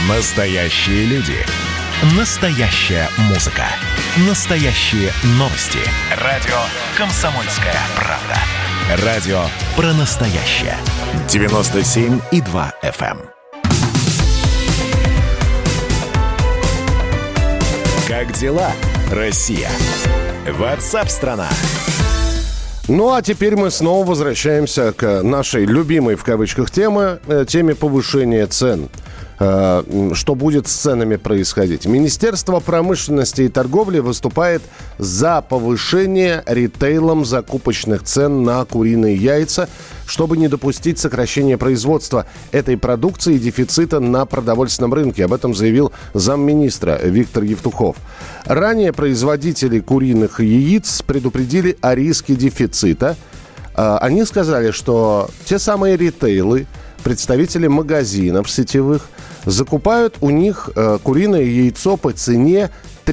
Настоящие люди. Настоящая музыка. Настоящие новости. Радио «Комсомольская правда». Радио про настоящее. 97,2 FM. Как дела, Россия? WhatsApp-страна. Ну, а теперь мы снова возвращаемся к нашей любимой, в кавычках, теме повышения цен. Что будет с ценами происходить? Министерство промышленности и торговли выступает за повышение ритейлом закупочных цен на куриные яйца, чтобы не допустить сокращения производства этой продукции и дефицита на продовольственном рынке. Об этом заявил замминистра Виктор Евтухов. Ранее производители куриных яиц предупредили о риске дефицита. Они сказали, что те самые ритейлы, представители магазинов сетевых, закупают у них куриное яйцо по цене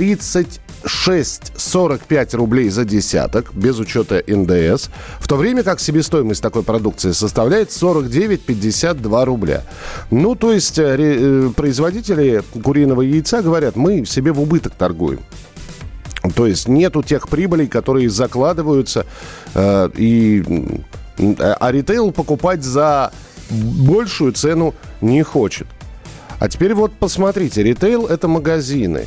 36-45 рублей за десяток, без учета НДС, в то время как себестоимость такой продукции составляет 49-52 рубля. Ну, то есть производители куриного яйца говорят, мы себе в убыток торгуем. То есть нету тех прибылей, которые закладываются, а ритейл покупать за большую цену не хочет. А теперь вот посмотрите, ритейл – это магазины.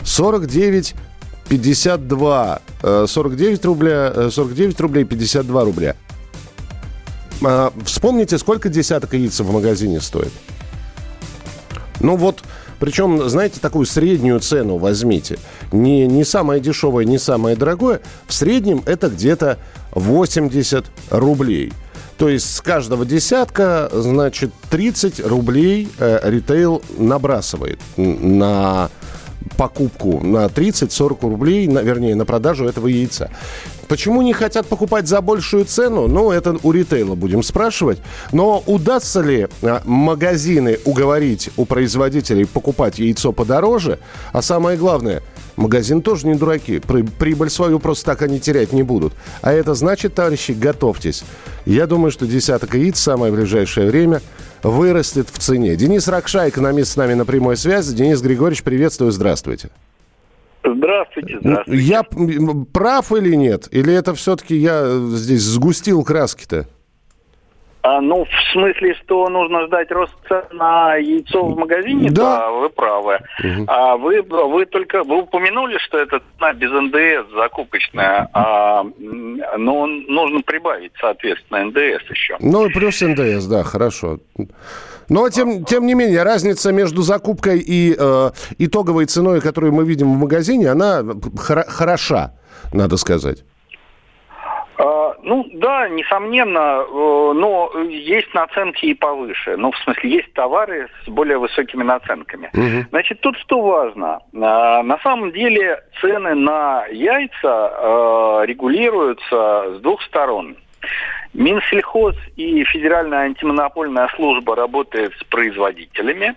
49,52, 49 рублей 52 рубля. Вспомните, сколько десяток яиц в магазине стоит. Ну вот, причем, знаете, такую среднюю цену возьмите. Не самое дешевое, не самое дорогое. В среднем это где-то 80 рублей. То есть с каждого десятка, значит, 30 рублей ритейл набрасывает на покупку, на 30-40 рублей, вернее, на продажу этого яйца. Почему не хотят покупать за большую цену? Ну, это у ритейла будем спрашивать. Но удастся ли магазины уговорить у производителей покупать яйцо подороже? А самое главное, магазин тоже не дураки. Прибыль свою просто так они терять не будут. А это значит, товарищи, готовьтесь. Я думаю, что десяток яиц в самое ближайшее время вырастет в цене. Денис Ракша, экономист, с нами на прямой связи. Денис Григорьевич, приветствую, здравствуйте. Здравствуйте. Я прав или нет? Или это все-таки я здесь сгустил краски-то? Ну, в смысле, что нужно ждать рост цен на яйцо в магазине? Да, вы правы. Угу. А вы упомянули, что это цена без НДС закупочная, но нужно прибавить, соответственно, НДС еще. Ну, и плюс НДС, да, хорошо. Но, тем не менее, разница между закупкой и итоговой ценой, которую мы видим в магазине, она хороша, надо сказать. Ну, да, несомненно, но есть наценки и повыше. Ну, в смысле, есть товары с более высокими наценками. Угу. Значит, тут что важно. На самом деле цены на яйца регулируются с двух сторон. Минсельхоз и Федеральная антимонопольная служба работают с производителями,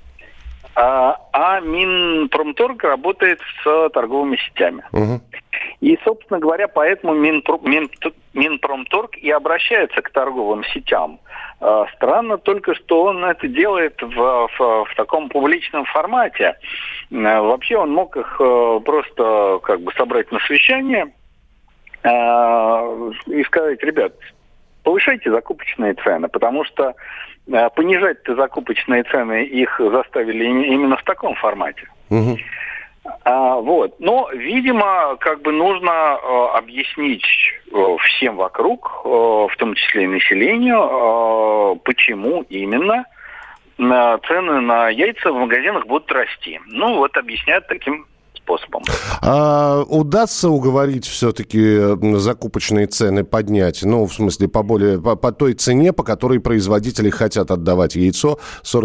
а Минпромторг работает с торговыми сетями. Угу. И, собственно говоря, поэтому Минпромторг и обращается к торговым сетям. Странно только, что он это делает в таком публичном формате. Вообще он мог их просто как бы собрать на совещание и сказать, ребят, повышайте закупочные цены, потому что понижать-то закупочные цены их заставили именно в таком формате. Угу. Вот. Но, видимо, как бы нужно объяснить всем вокруг, в том числе и населению, почему именно цены на яйца в магазинах будут расти. Ну, вот объясняют таким способом. Удастся уговорить все-таки закупочные цены поднять? Ну, в смысле, по той цене, по которой производители хотят отдавать яйцо,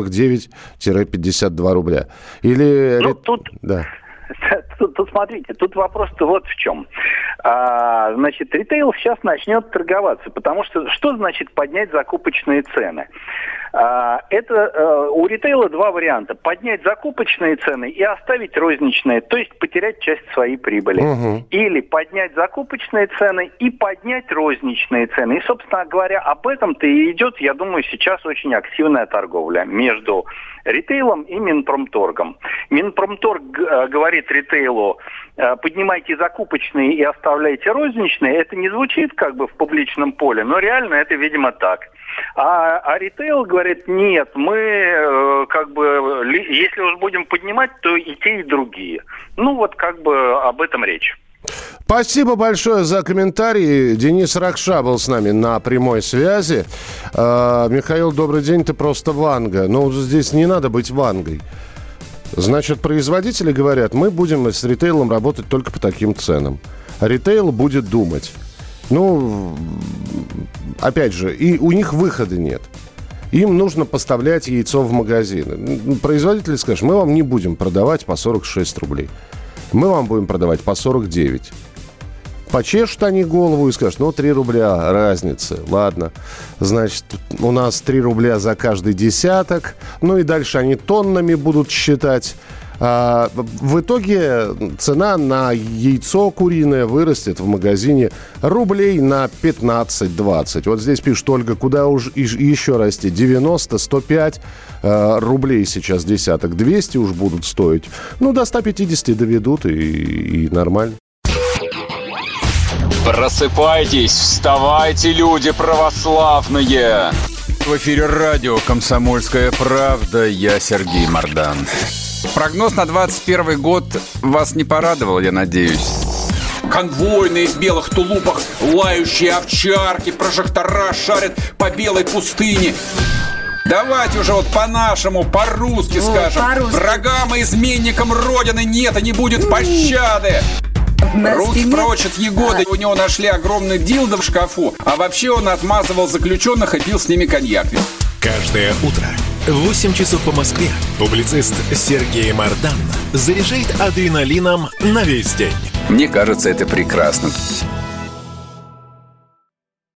49-52 рубля? Или... Ну, тут... Да. Тут смотрите, тут вопрос-то вот в чем. Значит, ритейл сейчас начнет торговаться, потому что значит поднять закупочные цены? Это у ритейла два варианта. Поднять закупочные цены и оставить розничные, то есть потерять часть своей прибыли. Или поднять закупочные цены и поднять розничные цены. И, собственно говоря, об этом-то и идет, я думаю, сейчас очень активная торговля между ритейлом и Минпромторгом. Минпромторг говорит ритейлу: поднимайте закупочные и оставляйте розничные. Это не звучит как бы в публичном поле, но реально это, видимо, так. А ритейл говорит: нет, мы как бы, если уж будем поднимать, то и те, и другие. Ну вот как бы об этом речь. Спасибо большое за комментарий. Денис Ракша был с нами на прямой связи. Михаил, добрый день, ты просто Ванга. Но здесь не надо быть Вангой. Значит, производители говорят: мы будем с ритейлом работать только по таким ценам. А ритейл будет думать. Ну, опять же, и у них выхода нет. Им нужно поставлять яйцо в магазины. Производители скажут: мы вам не будем продавать по 46 рублей. Мы вам будем продавать по 49. Почешут они голову и скажут: ну, 3 рубля разницы. Ладно, значит, у нас 3 рубля за каждый десяток. Ну и дальше они тоннами будут считать. В итоге цена на яйцо куриное вырастет в магазине рублей на 15-20. Вот здесь пишет Ольга: куда уж еще расти? 90, 105 рублей сейчас десяток. 200 уж будут стоить. Ну, до 150 доведут и нормально. Просыпайтесь, вставайте, люди православные! В эфире радио «Комсомольская правда». Я Сергей Мордан. Прогноз на 21 год вас не порадовал, я надеюсь. Конвойные в белых тулупах, лающие овчарки, прожектора шарят по белой пустыне. Давайте уже вот по-нашему, по-русски скажем. По-русски. Врагам и изменникам Родины нет и не будет пощады. Руки прочь от Егоды. У него нашли огромный дилдо в шкафу. А вообще он отмазывал заключенных и пил с ними коньяк. Каждое утро в 8 часов по Москве публицист Сергей Мордан заряжает адреналином на весь день. Мне кажется, это прекрасно.